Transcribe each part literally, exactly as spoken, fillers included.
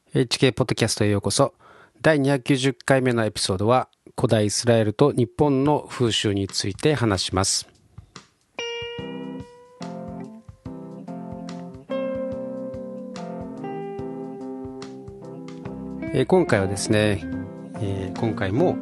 エイチケー ポッドキャストへようこそ。だいにひゃくきゅうじゅっかいめのエピソードは古代イスラエルと日本の風習について話します。えー、今回はですね、えー、今回も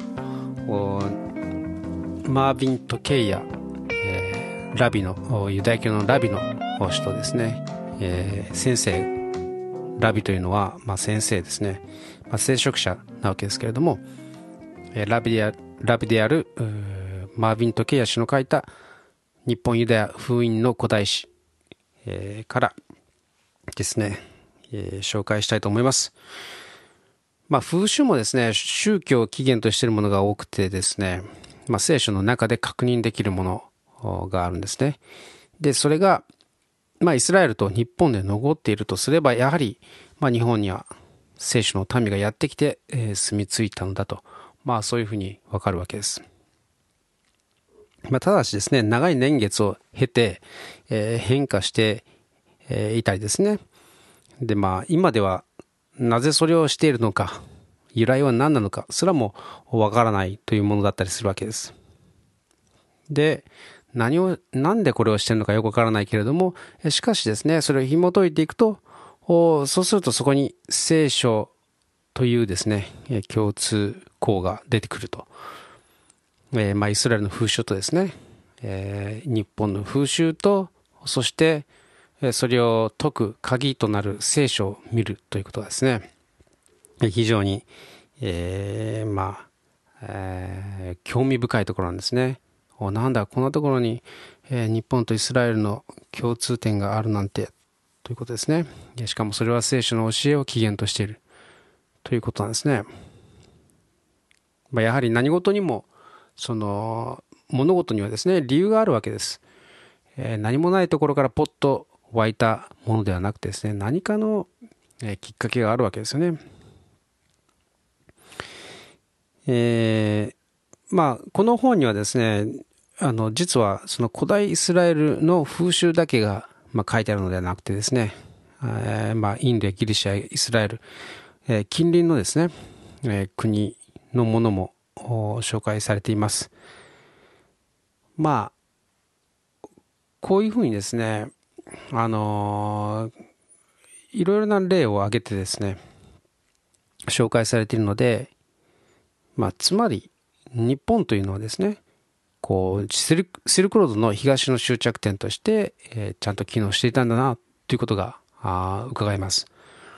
マービン・トケイヤ、えー、ラビのユダヤ教のラビの人とですね、えー、先生ラビというのは、まあ、先生ですね、まあ、聖職者なわけですけれども、えー、ラビである、ラビであるマービン・トケイヤ氏の書いた日本ユダヤ封印の古代史、えー、からですね、えー、紹介したいと思います。まあ、風習もですね、宗教を起源としているものが多くてですね、まあ、聖書の中で確認できるものがあるんですね。で、それがまあ、イスラエルと日本で残っているとすれば、やはり、まあ、日本には聖書の民がやってきて、えー、住み着いたのだと、まあ、そういうふうにわかるわけです。まあ、ただしですね、長い年月を経て、えー、変化して、えー、いたりですね。で、まあ、今ではなぜそれをしているのか、由来は何なのか、それはもうわからないというものだったりするわけです。で、何を、なんでこれをしてるのかよくわからないけれども、しかしですね、それを紐解いていくと、そうするとそこに聖書というですね、共通項が出てくると。えー、まあイスラエルの風習とですね、えー、日本の風習と、そしてそれを解く鍵となる聖書を見るということですね。非常に、えー、まあ、えー、興味深いところなんですね。なんだこんなところに、えー、日本とイスラエルの共通点があるなんてということですね。しかもそれは聖書の教えを起源としているということなんですね。まあ、やはり何事にもその物事にはですね理由があるわけです、えー、何もないところからポッと湧いたものではなくてですね、何かの、えー、きっかけがあるわけですよね。えー、まあこの本にはですね、あの実はその古代イスラエルの風習だけが、まあ、書いてあるのではなくてですね、えーまあ、インドやギリシャ、イスラエル、えー、近隣のですね、えー、国のものも紹介されています。まあこういうふうにですね、あのー、いろいろな例を挙げてですね紹介されているので、まあ、つまり日本というのはですね、こうシルシルクロードの東の終着点として、えー、ちゃんと機能していたんだなということがあ伺えます。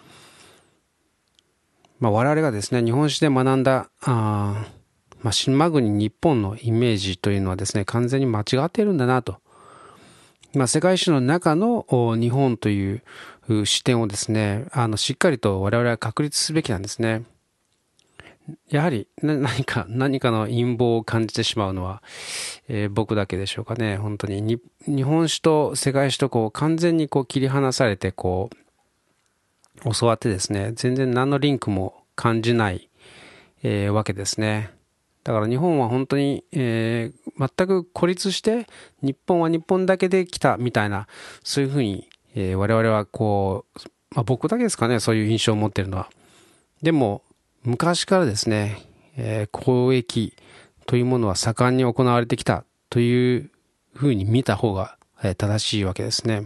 まあ、我々がですね日本史で学んだあ、まあ、新馬国日本のイメージというのはですね完全に間違っているんだなと、まあ、世界史の中の日本という視点をですねあのしっかりと我々は確立すべきなんですね。やはり何か何かの陰謀を感じてしまうのは、えー、僕だけでしょうかね。本当にに日本史と世界史とこう完全にこう切り離されてこう教わってですね、全然何のリンクも感じない、えー、わけですね。だから日本は本当に、えー、全く孤立して日本は日本だけで来たみたいな、そういうふうに、えー、我々はこう、まあ、僕だけですかね、そういう印象を持っているのは。でも昔からですね、えー、交易というものは盛んに行われてきたというふうに見た方が、えー、正しいわけですね。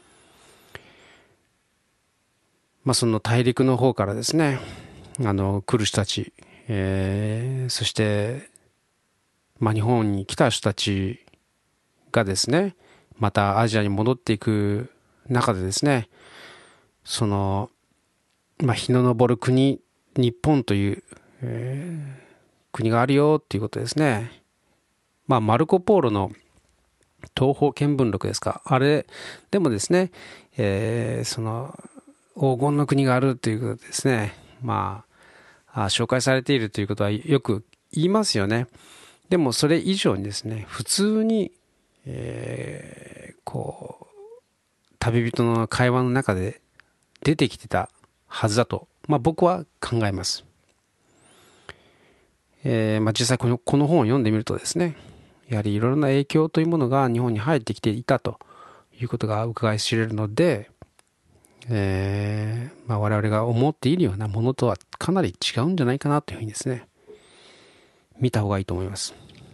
まあその大陸の方からですね、あの来る人たち、えー、そしてまあ日本に来た人たちがですね、またアジアに戻っていく中でですね、そのまあ日の昇る国日本という、えー、国があるよっていうことですね。まあ、マルコ・ポーロの東方見聞録ですか。あれでもですね、えー、その黄金の国があるということですね。まあ、紹介されているということはよく言いますよね。でもそれ以上にですね、普通に、えー、こう、旅人の会話の中で出てきてたはずだと、まあ僕は考えます。えー、まあ実際この、この本を読んでみるとですね、やはりいろいろな影響というものが日本に入ってきていたということが伺い知れるので、えーまあ、我 々が思っているようなものとはかなり違うんじゃないかなというふうにですね、見た方がいいと思います。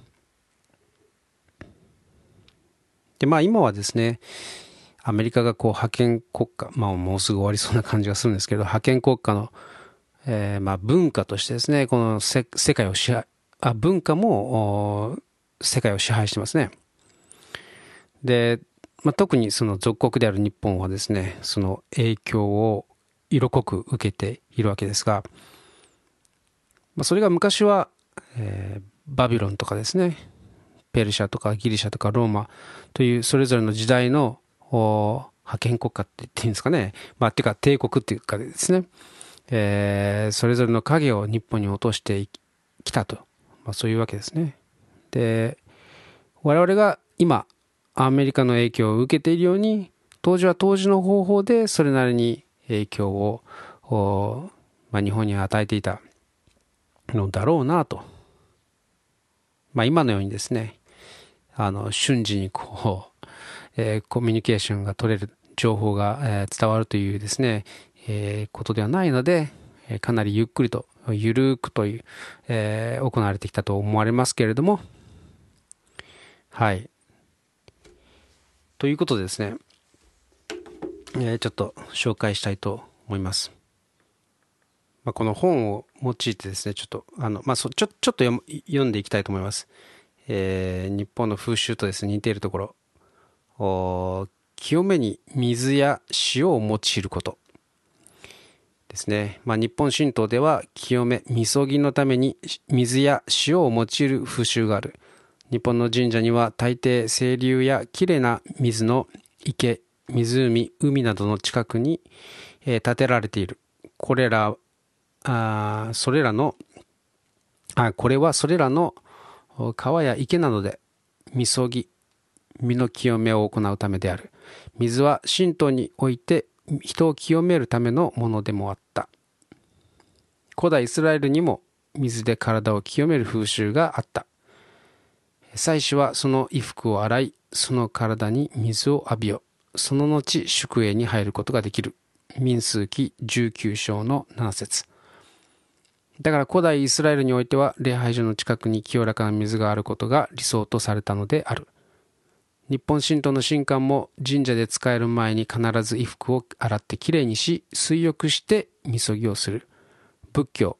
で、まあ今はですね、アメリカがこう覇権国家、まあもうすぐ終わりそうな感じがするんですけど、覇権国家の、えー、まあ文化としてですね、この世界を支配、あ、文化も世界を支配してますね。で、まあ、特にその属国である日本はですね、その影響を色濃く受けているわけですが、まあ、それが昔は、えー、バビロンとかですね、ペルシャとかギリシャとかローマというそれぞれの時代の覇権国家って言っていいんですかね、まあ、っていうか帝国っていうかですね、えー、それぞれの影を日本に落としてきたと、まあ、そういうわけですね。で、我々が今アメリカの影響を受けているように、当時は当時の方法でそれなりに影響を、まあ、日本に与えていたのだろうなと。まあ、今のようにですね、あの瞬時にこう、えー、コミュニケーションが取れる、情報が、えー、伝わるというですね、えー、ことではないので、えー、かなりゆっくりと、ゆるくという、えー、行われてきたと思われますけれども、はい。ということでですね、えー、ちょっと紹介したいと思います。まあ、この本を用いてですね、ちょっと、あの、まあ、そちょ、ちょっと読読んでいきたいと思います。えー、日本の風習とですね、似ているところ。お清めに水や塩を用いることですね。まあ、日本神道では清め、みそぎのために水や塩を用いる風習がある。日本の神社には大抵清流やきれいな水の池、湖、海などの近くに、えー、建てられている。これら、あそれらのあ、これはそれらの川や池などでみそぎ、身の清めを行うためである。水は神道において人を清めるためのものでもあった。古代イスラエルにも水で体を清める風習があった。祭司はその衣服を洗い、その体に水を浴びよ。その後、宿営に入ることができる。民数記じゅうきゅう章のなな節。だから古代イスラエルにおいては礼拝所の近くに清らかな水があることが理想とされたのである。日本神道の神官も神社で使える前に必ず衣服を洗ってきれいにし、水浴してみそぎをする。仏教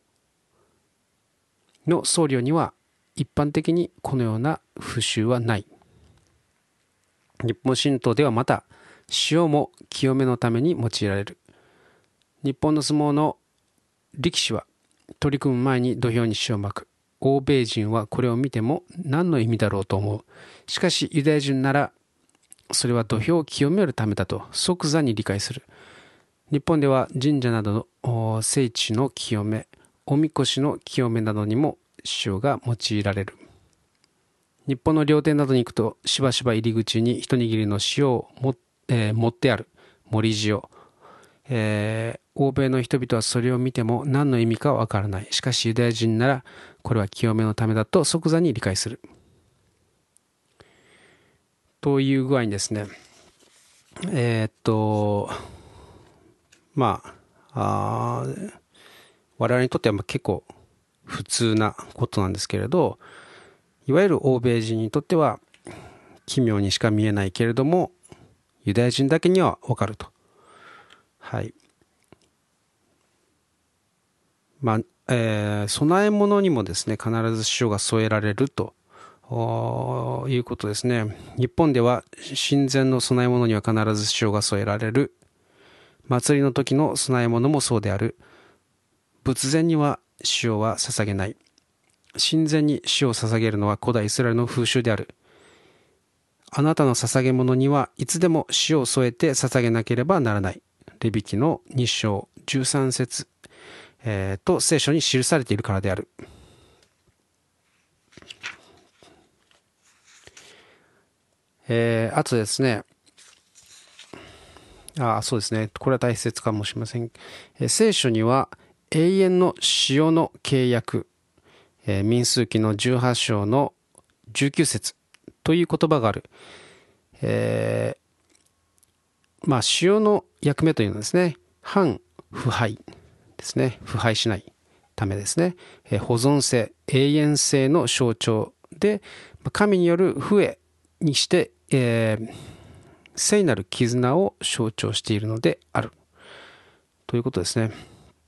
の僧侶には一般的にこのような風習はない。日本神道ではまた塩も清めのために用いられる。日本の相撲の力士は取り組む前に土俵に塩をまく。欧米人はこれを見ても何の意味だろうと思う。しかしユダヤ人ならそれは土俵を清めるためだと即座に理解する。日本では神社などの聖地の清め、おみこしの清めなどにも塩が用いられる。日本の料亭などに行くとしばしば入り口に一握りの塩をも、えー、持ってある盛り塩、えー、欧米の人々はそれを見ても何の意味かわからない。しかしユダヤ人ならこれは清めのためだと即座に理解する。という具合にですね、えー、っとまあ、あ我々にとっては結構普通なことなんですけれど、いわゆる欧米人にとっては奇妙にしか見えないけれども、ユダヤ人だけには分かると。はい。まあ、えー、供え物にもですね、必ず塩が添えられるということですね。日本では神前の供え物には必ず塩が添えられる。祭りの時の供え物もそうである。仏前には塩は捧げない。神前に塩を捧げるのは古代イスラエルの風習である。あなたの捧げ物にはいつでも塩を添えて捧げなければならない。レビ記のに章じゅうさん節、えー、と聖書に記されているからである。えー、あとですね、あそうですね、これは大切かもしれません。えー、聖書には永遠の塩の契約、えー、民数記のじゅうはち章のじゅうきゅう節という言葉がある。えー、まあ塩の役目というのはですね、反腐敗ですね。腐敗しないためですね。えー、保存性、永遠性の象徴で、神による笛にして、えー、聖なる絆を象徴しているのであるということですね。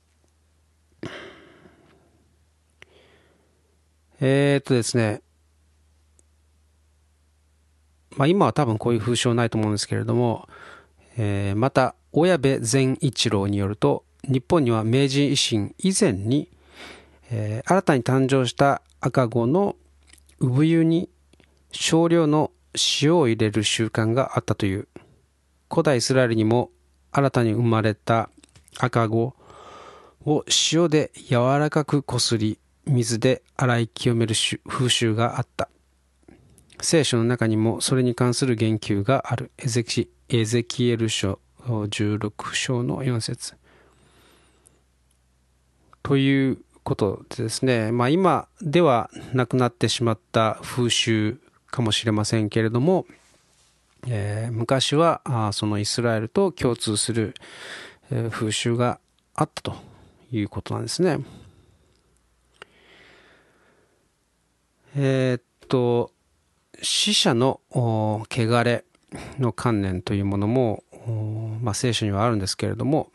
えー、っとですね、まあ、今は多分こういう風習ないと思うんですけれども、えー、また小谷部善一郎によると、日本には明治維新以前に、えー、新たに誕生した赤子の産湯に少量の塩を入れる習慣があったという。古代イスラエルにも新たに生まれた赤子を塩で柔らかくこすり、水で洗い清める風習があった。聖書の中にもそれに関する言及がある。エゼキ、エゼキエル書じゅうろく章のよん節ということでですね、まあ、今ではなくなってしまった風習かもしれませんけれども、えー、昔はあそのイスラエルと共通する、えー、風習があったということなんですね。えー、っと死者の汚れの観念というものも、まあ、聖書にはあるんですけれども、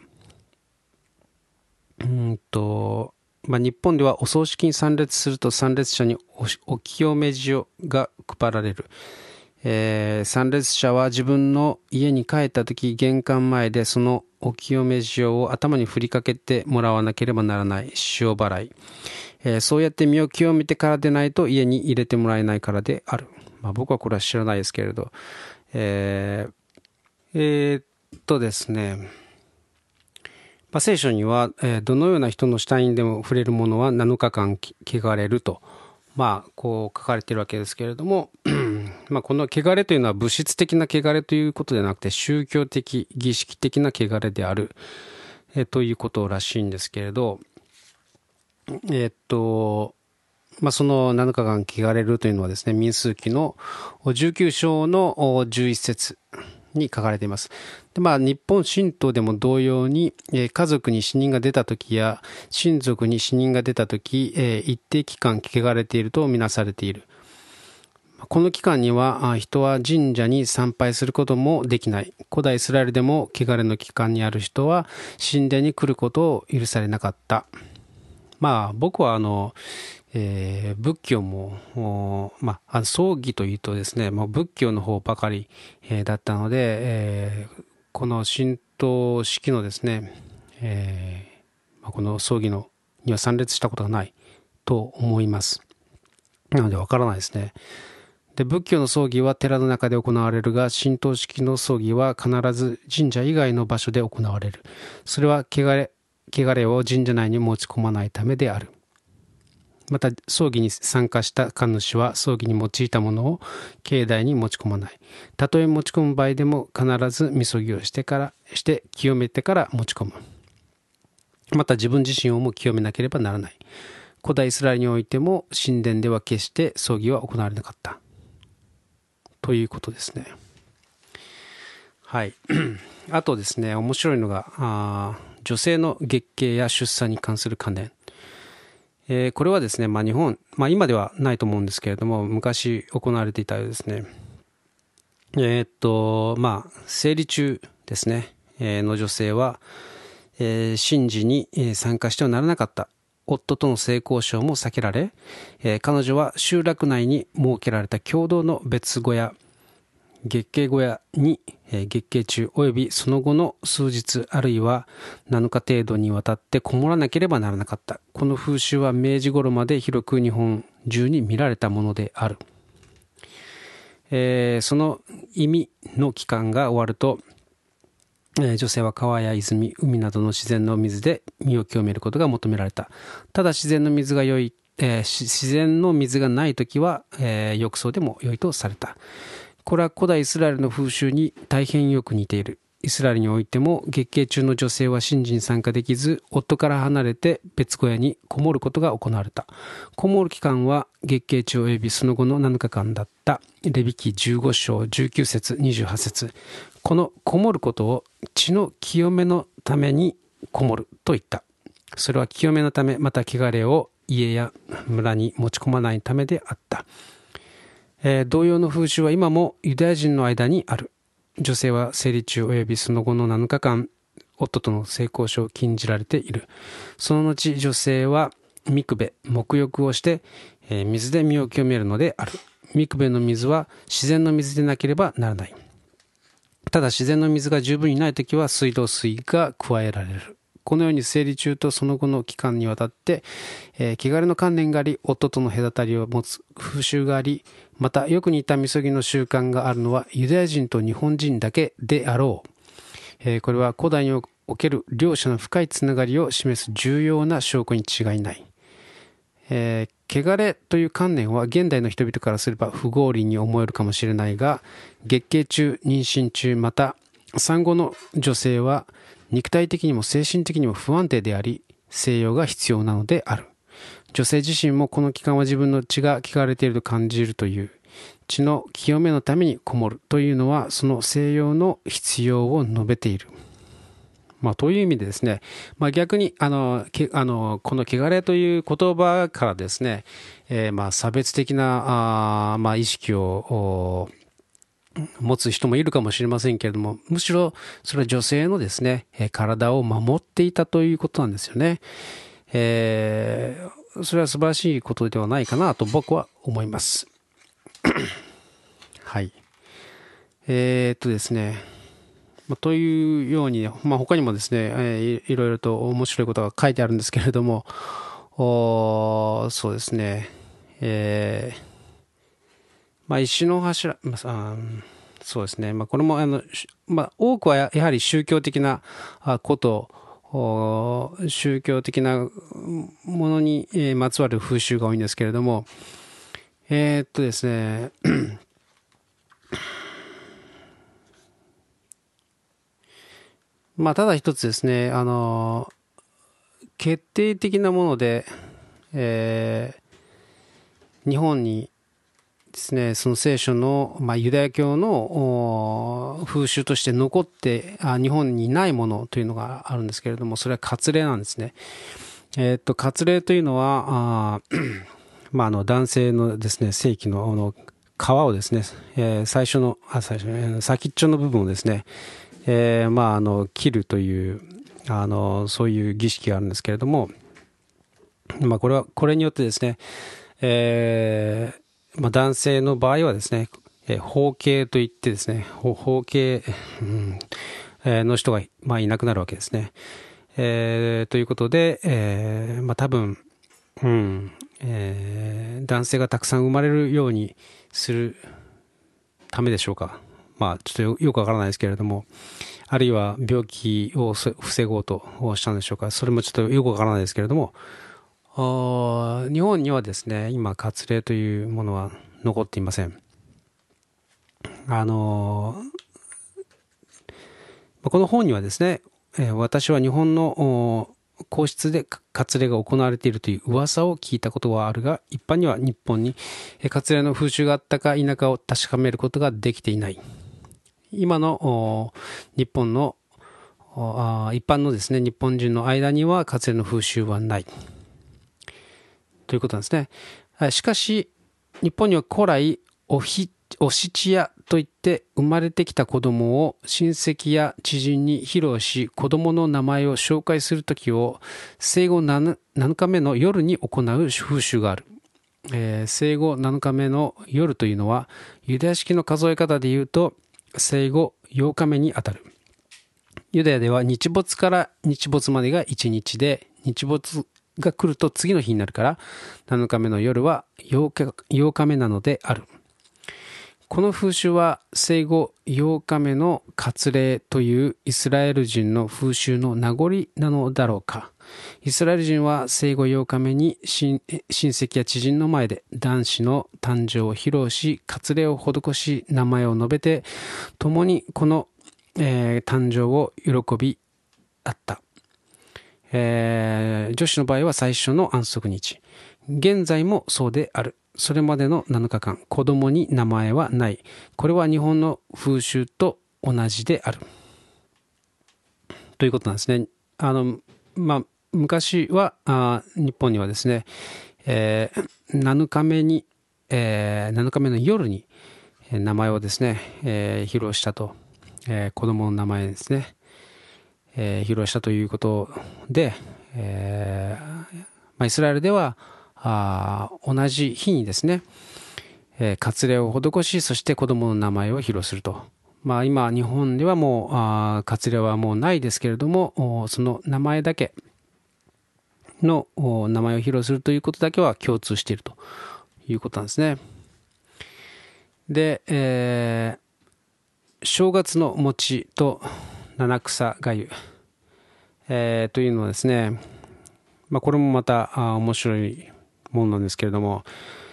うんとまあ、日本ではお葬式に参列すると参列者に お, お清め塩が配られる、えー、参列者は自分の家に帰った時、玄関前でそのお清め塩を頭に振りかけてもらわなければならない塩払い、えー、そうやって身を清めてからでないと家に入れてもらえないからである。まあ、僕はこれは知らないですけれど、えー、えー、っとですね、まあ、聖書には、えー、どのような人の死体にでも触れるものはなのかかん汚れると、まあ、こう書かれているわけですけれども、まあこの汚れというのは物質的な汚れということではなくて、宗教的、儀式的な汚れである、えー、ということらしいんですけれど、えー、っと、まあ、そのなのかかん汚れるというのはですね、民数記のじゅうきゅう章のじゅういち節に書かれています。で、まあ、日本神道でも同様に、えー、家族に死人が出たときや親族に死人が出たとき、えー、一定期間汚れているとみなされている。この期間には人は神社に参拝することもできない。古代イスラエルでも汚れの期間にある人は神殿に来ることを許されなかった。まあ僕はあの、えー、仏教も、まあ、葬儀というとですね、もう仏教の方ばかり、えー、だったので、えー、この神道式のですね、えーまあ、この葬儀のには参列したことがないと思います。なのでわからないですね。で、仏教の葬儀は寺の中で行われるが、神道式の葬儀は必ず神社以外の場所で行われる。それは汚れ、汚れを神社内に持ち込まないためである。また、葬儀に参加した神主は葬儀に用いたものを境内に持ち込まない。たとえ持ち込む場合でも必ずみそぎをしてから、して清めてから持ち込む。また自分自身をも清めなければならない。古代イスラエルにおいても神殿では決して葬儀は行われなかった。ということですね。はい。あとですね、面白いのが、あ女性の月経や出産に関する関連。えー、これはですね、まあ、日本、まあ、今ではないと思うんですけれども、昔行われていたようですね。えー、っと、まあ、生理中ですね、えー、の女性は、えー、神事に参加してはならなかった。夫との性交渉も避けられ、えー、彼女は集落内に設けられた共同の別小屋、月経小屋に、えー、月経中及びその後の数日あるいはなのか程度にわたってこもらなければならなかった。この風習は明治頃まで広く日本中に見られたものである。えー、その意味の期間が終わると、女性は川や泉、海などの自然の水で身を清めることが求められた。ただ自然の水が良い、えー、自然の水がないときは、えー、浴槽でも良いとされた。これは古代イスラエルの風習に大変よく似ている。イスラエルにおいても月経中の女性は神事に参加できず、夫から離れて別小屋にこもることが行われた。こもる期間は月経中及びその後のなのかかんだった。レビ記じゅうご章じゅうきゅう節にじゅうはち節。このこもることを血の清めのためにこもると言った。それは清めのため、また汚れを家や村に持ち込まないためであった。えー、同様の風習は今もユダヤ人の間にある。女性は生理中及びその後のなのかかん、夫との性交渉を禁じられている。その後、女性はミクベ、沐浴をして、えー、水で身を清めるのである。ミクベの水は自然の水でなければならない。ただ自然の水が十分にないときは水道水が加えられる。このように生理中とその後の期間にわたって、えー、汚れの観念があり、夫との隔たりを持つ風習があり、またよく似たみそぎの習慣があるのはユダヤ人と日本人だけであろう。えー、これは古代における両者の深いつながりを示す重要な証拠に違いない。えー、汚れという観念は現代の人々からすれば不合理に思えるかもしれないが、月経中、妊娠中、また産後の女性は肉体的にも精神的にも不安定であり、静養が必要なのである。女性自身もこの期間は自分の血が汚れていると感じるという、血の清めのためにこもるというのは、その静養の必要を述べている。まあ、という意味でですね、まあ、逆にあのけあのこの汚れという言葉からですね、えー、まあ差別的なあ、まあ、意識を持つ人もいるかもしれませんけれども、むしろそれは女性のですね、体を守っていたということなんですよね。えー、それは素晴らしいことではないかなと僕は思います。はい。えー、っとですね。というように、まあ、他にもですね、えー、いろいろと面白いことが書いてあるんですけれども、おそうですね、えー、まあ、石の柱、まあ、そうですね、まあ、これもあの、まあ、多くはやはり宗教的なこと、宗教的なものにまつわる風習が多いんですけれども、えー、っとですね、まあ、ただ一つですね、あの、決定的なもので、えー、日本にですね、その聖書の、まあ、ユダヤ教の風習として残ってあ、日本にないものというのがあるんですけれども、それは割礼なんですね。えー、っと、割礼というのは、あまあ、あの、男性のですね、性器の、あの、皮をですね、えー、最初の、あ、最初の、先っちょの部分をですね、えー、まあ、あの、切るという、あの、そういう儀式があるんですけれども、まあ、これは、これによってですね、えー、まあ、男性の場合はですね、えー、包茎といってですね、包茎、うんえー、の人が、まあ、いなくなるわけですね。えー、ということで、えー、まあ、多分、うん、えー、男性がたくさん生まれるようにするためでしょうか。まあ、ちょっとよくわからないですけれども、あるいは病気を防ごうとしたんでしょうか。それもちょっとよくわからないですけれども、日本にはですね、今、割礼というものは残っていません。あの、この本にはですね、私は日本の皇室で割礼が行われているという噂を聞いたことはあるが、一般には日本に割礼の風習があったか否かを確かめることができていない。今の日本の一般のですね、日本人の間には割礼の風習はないということなんですね。しかし日本には古来おひお七夜といって生まれてきた子供を親戚や知人に披露し、子供の名前を紹介するときを生後 7, 7日目の夜に行う風習がある。えー、生後なのかめの夜というのはユダヤ式の数え方でいうと生後ようかめにあたる。ユダヤでは日没から日没までがいちにちで、日没が来ると次の日になるから、なのかめの夜はようか、ようかめなのである。この風習は生後ようかめの割礼というイスラエル人の風習の名残なのだろうか。イスラエル人は生後ようかめに親戚や知人の前で男子の誕生を披露し、割礼を施し、名前を述べて、共にこの、えー、誕生を喜びあった。えー、女子の場合は最初の安息日。現在もそうである。それまでのなのかかん、子供に名前はない。これは日本の風習と同じである。ということなんですね。 あの、まあ、昔はあ日本にはですね、えー、なのかめに、えー、なのかめの夜に名前をですね、えー、披露したと、えー、子供の名前ですね、えー、披露したということで、えーまあ、イスラエルではあ同じ日にですね、えー、割礼を施し、そして子供の名前を披露すると。まあ、今、日本ではもうあ割礼はもうないですけれども、その名前だけの名前を披露するということだけは共通しているということなんですね。で、えー、正月の餅と七草がゆ、えー、というのはですね、まあ、これもまたあ面白いものなんですけれども、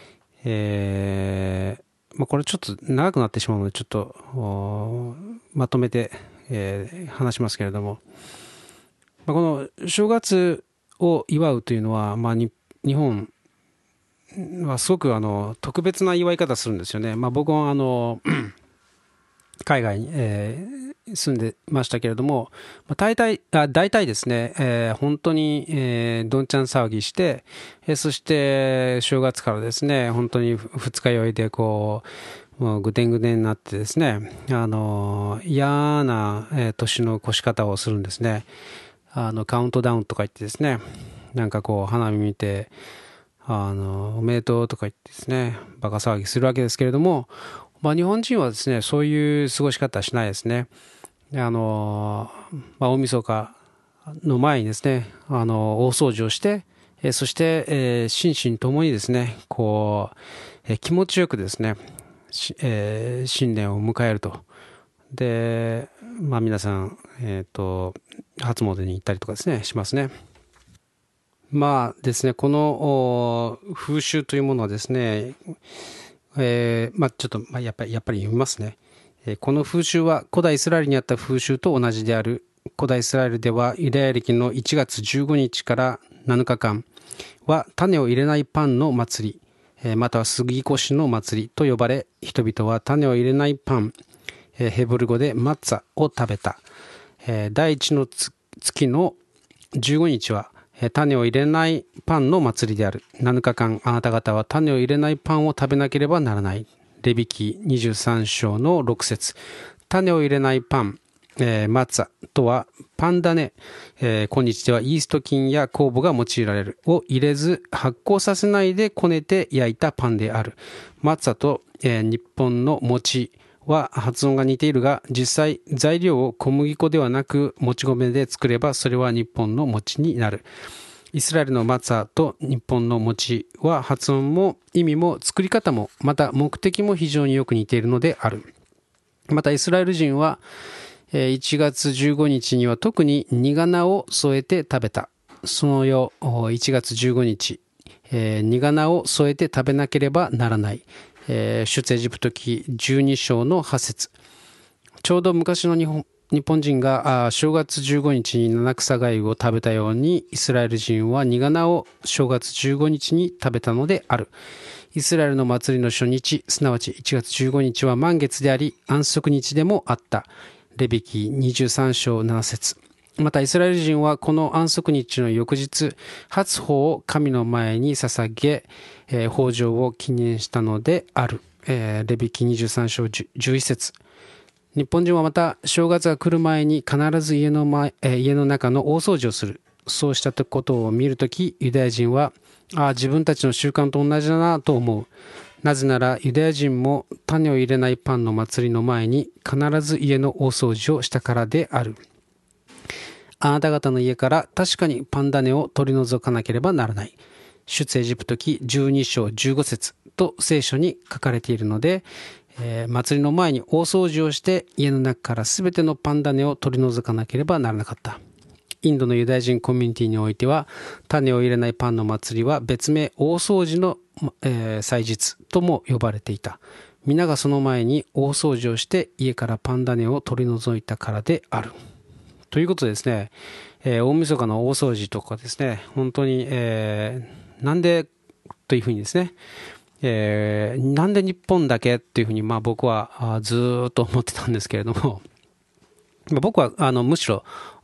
えーまあ、これちょっと長くなってしまうのでちょっとまとめて、えー、話しますけれども、まあ、この正月を祝うというのは、まあ、に日本はすごくあの特別な祝い方するんですよね。まあ、僕はあの海外に、えー、住んでましたけれども、まあ、大体あ大体ですね、えー、本当に、えー、どんちゃん騒ぎして、えー、そして正月からですね、本当に二日酔いでこう、もうぐでんぐでんになってですね、あの嫌な、えー、年の越し方をするんですね。あのカウントダウンとか言ってですね、なんかこう花火見て、あのおめでとうとか言ってですね、バカ騒ぎするわけですけれども、まあ、日本人はですね、そういう過ごし方はしないですね。あの、まあ、大晦日の前にですね、あの、大掃除をして、えそして、えー、心身ともにですね、こう、えー、気持ちよくですね、えー、新年を迎えると。で、まあ、皆さん、えっと、初詣に行ったりとかですね、しますね。まあですね、この風習というものはですね、えー、まあちょっと、まあ、やっぱり、やっぱり読みますね。えー、この風習は古代イスラエルにあった風習と同じである。古代イスラエルではユダヤ暦のいちがつじゅうごにちからなのかかんは種を入れないパンの祭り、えー、または杉越の祭りと呼ばれ、人々は種を入れないパン、えー、ヘブル語でマッツァを食べた。えー、第一の月のじゅうごにちは種を入れないパンの祭りである。なのかかんあなた方は種を入れないパンを食べなければならない。レビ記にじゅうさん章のろく節。種を入れないパン、えー、マツァとはパン種、えー、今日ではイースト菌や酵母が用いられるを入れず発酵させないでこねて焼いたパンである。マツァと、えー、日本の餅は発音が似ているが、実際材料を小麦粉ではなくもち米で作ればそれは日本の餅になる。イスラエルのマツァと日本の餅は発音も意味も作り方もまた目的も非常によく似ているのである。またイスラエル人はいちがつじゅうごにちには特にニガナを添えて食べた。その夜いちがつじゅうごにち、ニガナを添えて食べなければならない。えー、出エジプト記じゅうに章のはち節。ちょうど昔の日本日本人があ正月じゅうごにちに七草がゆを食べたようにイスラエル人はニガナを正月じゅうごにちに食べたのである。イスラエルの祭りの初日、すなわちいちがつじゅうごにちは満月であり安息日でもあった。レビ記にじゅうさん章なな節。またイスラエル人はこの安息日の翌日、初穂を神の前に捧げ、えー、豊穣を記念したのである。えー、レビ記にじゅうさん章じゅういち節。日本人はまた正月が来る前に必ず家の前、えー、家の中の大掃除をする。そうしたことを見るとき、ユダヤ人は、ああ、自分たちの習慣と同じだなと思う。なぜならユダヤ人も種を入れないパンの祭りの前に必ず家の大掃除をしたからである。あなた方の家から確かにパン種を取り除かなければならない。出エジプト記じゅうに章じゅうご節と聖書に書かれているので、えー、祭りの前に大掃除をして家の中からすべてのパン種を取り除かなければならなかった。インドのユダヤ人コミュニティにおいては種を入れないパンの祭りは別名大掃除の、えー、祭日とも呼ばれていた。皆がその前に大掃除をして家からパン種を取り除いたからである。ということでですね、えー、大晦日の大掃除とかですね、本当に、えー、なんでというふうにですね、えー、なんで日本だけっていうふうに、まあ、僕はずっと思ってたんですけれども、僕はあのむしろ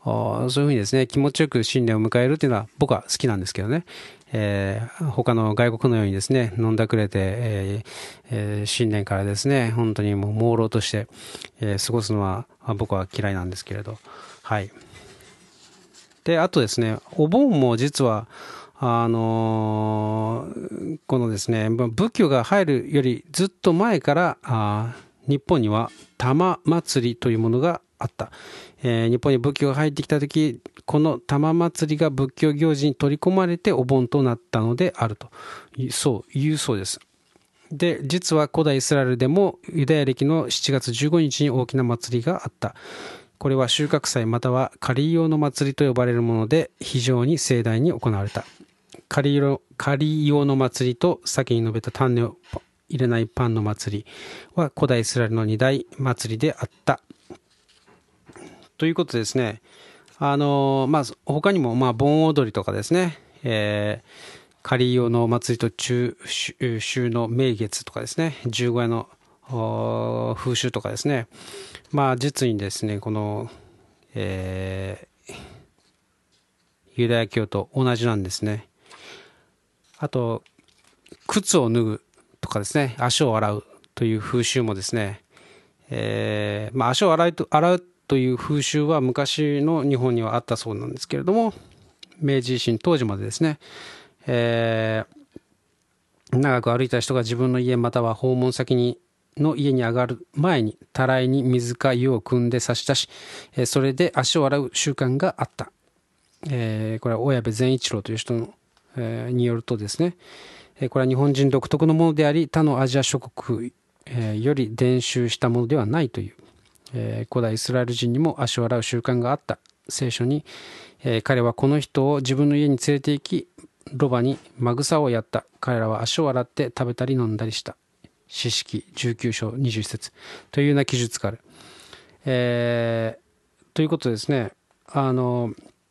そういうふうにですね、気持ちよく新年を迎えるというのは僕は好きなんですけどね、えー、他の外国のようにですね、飲んだくれて、えーえー、新年からですね、本当にもう朦朧として、えー、過ごすのは僕は嫌いなんですけれど、はい。で、あとですね、お盆も実は、あのー、このですね、仏教が入るよりずっと前から、あ日本には玉祭りというものがあった。えー、日本に仏教が入ってきたとき、この玉祭りが仏教行事に取り込まれてお盆となったのであると、そういうそうです。で、実は古代イスラエルでもユダヤ暦のしちがつじゅうごにちに大きな祭りがあった。これは収穫祭または狩り用の祭りと呼ばれるもので、非常に盛大に行われた。狩り用、狩り用の祭りと先に述べた種を入れないパンの祭りは古代イスラエルの二大祭りであった。ということでですね、あのまあ、他にも、まあ、盆踊りとかですね、えー、狩り用の祭りと中秋の名月とかですね、十五夜の風習とかですね、まあ、実にですね、この、えー、ユダヤ教と同じなんですね。あと、靴を脱ぐとかですね、足を洗うという風習もですね、えーまあ、足を洗うと、洗うという風習は昔の日本にはあったそうなんですけれども、明治維新当時までですね、えー、長く歩いた人が自分の家または訪問先にの家に上がる前にたらいに水か湯を汲んで差し出し、それで足を洗う習慣があった。えー、これは小矢部善一郎という人の、えー、によるとですね、これは日本人独特のものであり他のアジア諸国、えー、より伝習したものではないという、えー、古代イスラエル人にも足を洗う習慣があった。聖書に、えー、彼はこの人を自分の家に連れて行きロバにマグサをやった。彼らは足を洗って食べたり飲んだりした。詩式じゅうきゅう章にじゅういち節というような記述がある、えー、ということですね、あの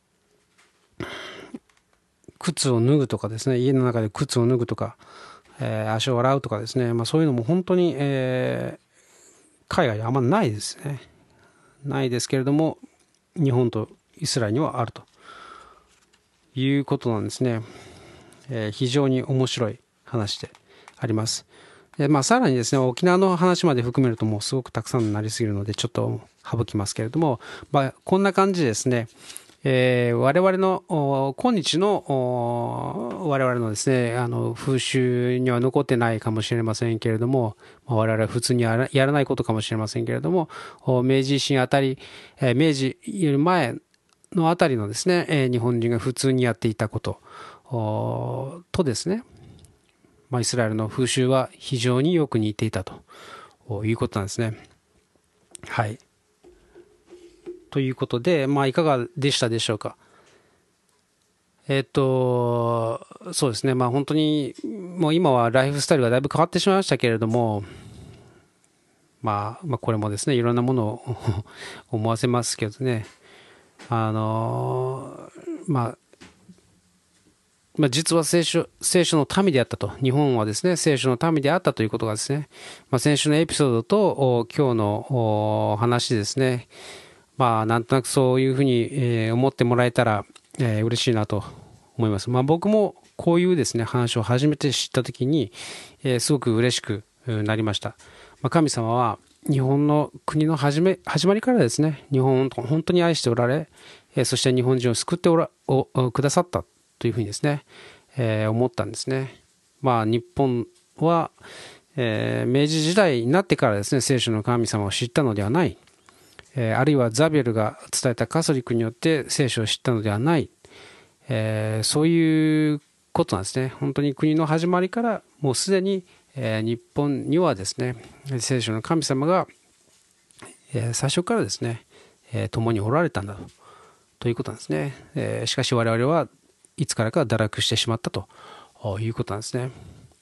靴を脱ぐとかですね、家の中で靴を脱ぐとか、えー、足を洗うとかですね、まあ、そういうのも本当に、えー、海外であんまないですね。ないですけれども、日本とイスラエルにはあるということなんですね。えー、非常に面白い話であります。でまあ、さらにですね、沖縄の話まで含めるともうすごくたくさんになりすぎるのでちょっと省きますけれども、まあ、こんな感じでですね、えー、我々の今日の我々のですね、あの風習には残ってないかもしれませんけれども、我々は普通にやら、やらないことかもしれませんけれども、明治維新あたり、えー、明治より前のあたりのですね、えー、日本人が普通にやっていたこととですね、まあ、イスラエルの風習は非常によく似ていたということなんですね。はい。ということで、まあ、いかがでしたでしょうか。えっと、そうですね、まあ、本当に、もう今はライフスタイルがだいぶ変わってしまいましたけれども、まあ、まあ、これもですね、いろんなものを思わせますけどね、あの、まあ、まあ、実は聖書、聖書の民であったと。日本はですね、聖書の民であったということがですね、まあ、先週のエピソードと今日の話ですね、まあ、なんとなくそういうふうに、えー、思ってもらえたら、えー、嬉しいなと思います。まあ、僕もこういうですね、話を初めて知ったときに、えー、すごく嬉しくなりました。まあ、神様は日本の国の始め、始まりからですね、日本を本当に愛しておられ、えー、そして日本人を救っておらおくださったというふうにですね、えー、思ったんですね。まあ、日本は、えー、明治時代になってからですね、聖書の神様を知ったのではない。えー、あるいはザビエルが伝えたカソリックによって聖書を知ったのではない、えー、そういうことなんですね。本当に国の始まりからもうすでに、えー、日本にはですね、聖書の神様が、えー、最初からですね、えー、共におられたんだと、ということなんですね。えー、しかし我々はいつからか堕落してしまったということなんですね。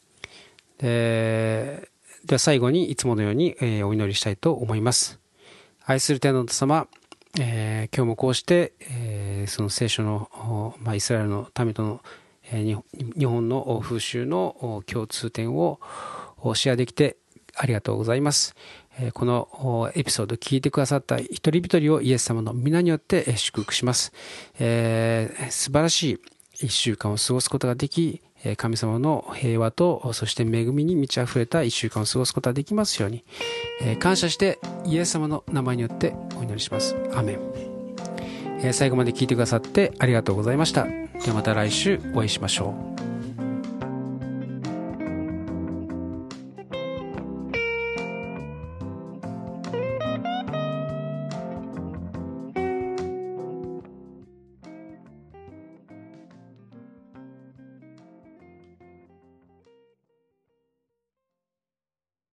で、では最後にいつものように、えー、お祈りしたいと思います。愛する天皇様、えー、今日もこうして、えー、その聖書の、まあ、イスラエルの民との、えー、日本の風習の共通点をシェアできてありがとうございます。 このエピソードを聞いてくださった一人一人をイエス様の皆によって祝福します。えー、素晴らしい一週間を過ごすことができ、神様の平和とそして恵みに満ち溢れた一週間を過ごすことができますように、感謝してイエス様の名前によってお祈りします。アーメン。最後まで聞いてくださってありがとうございました。ではまた来週お会いしましょう。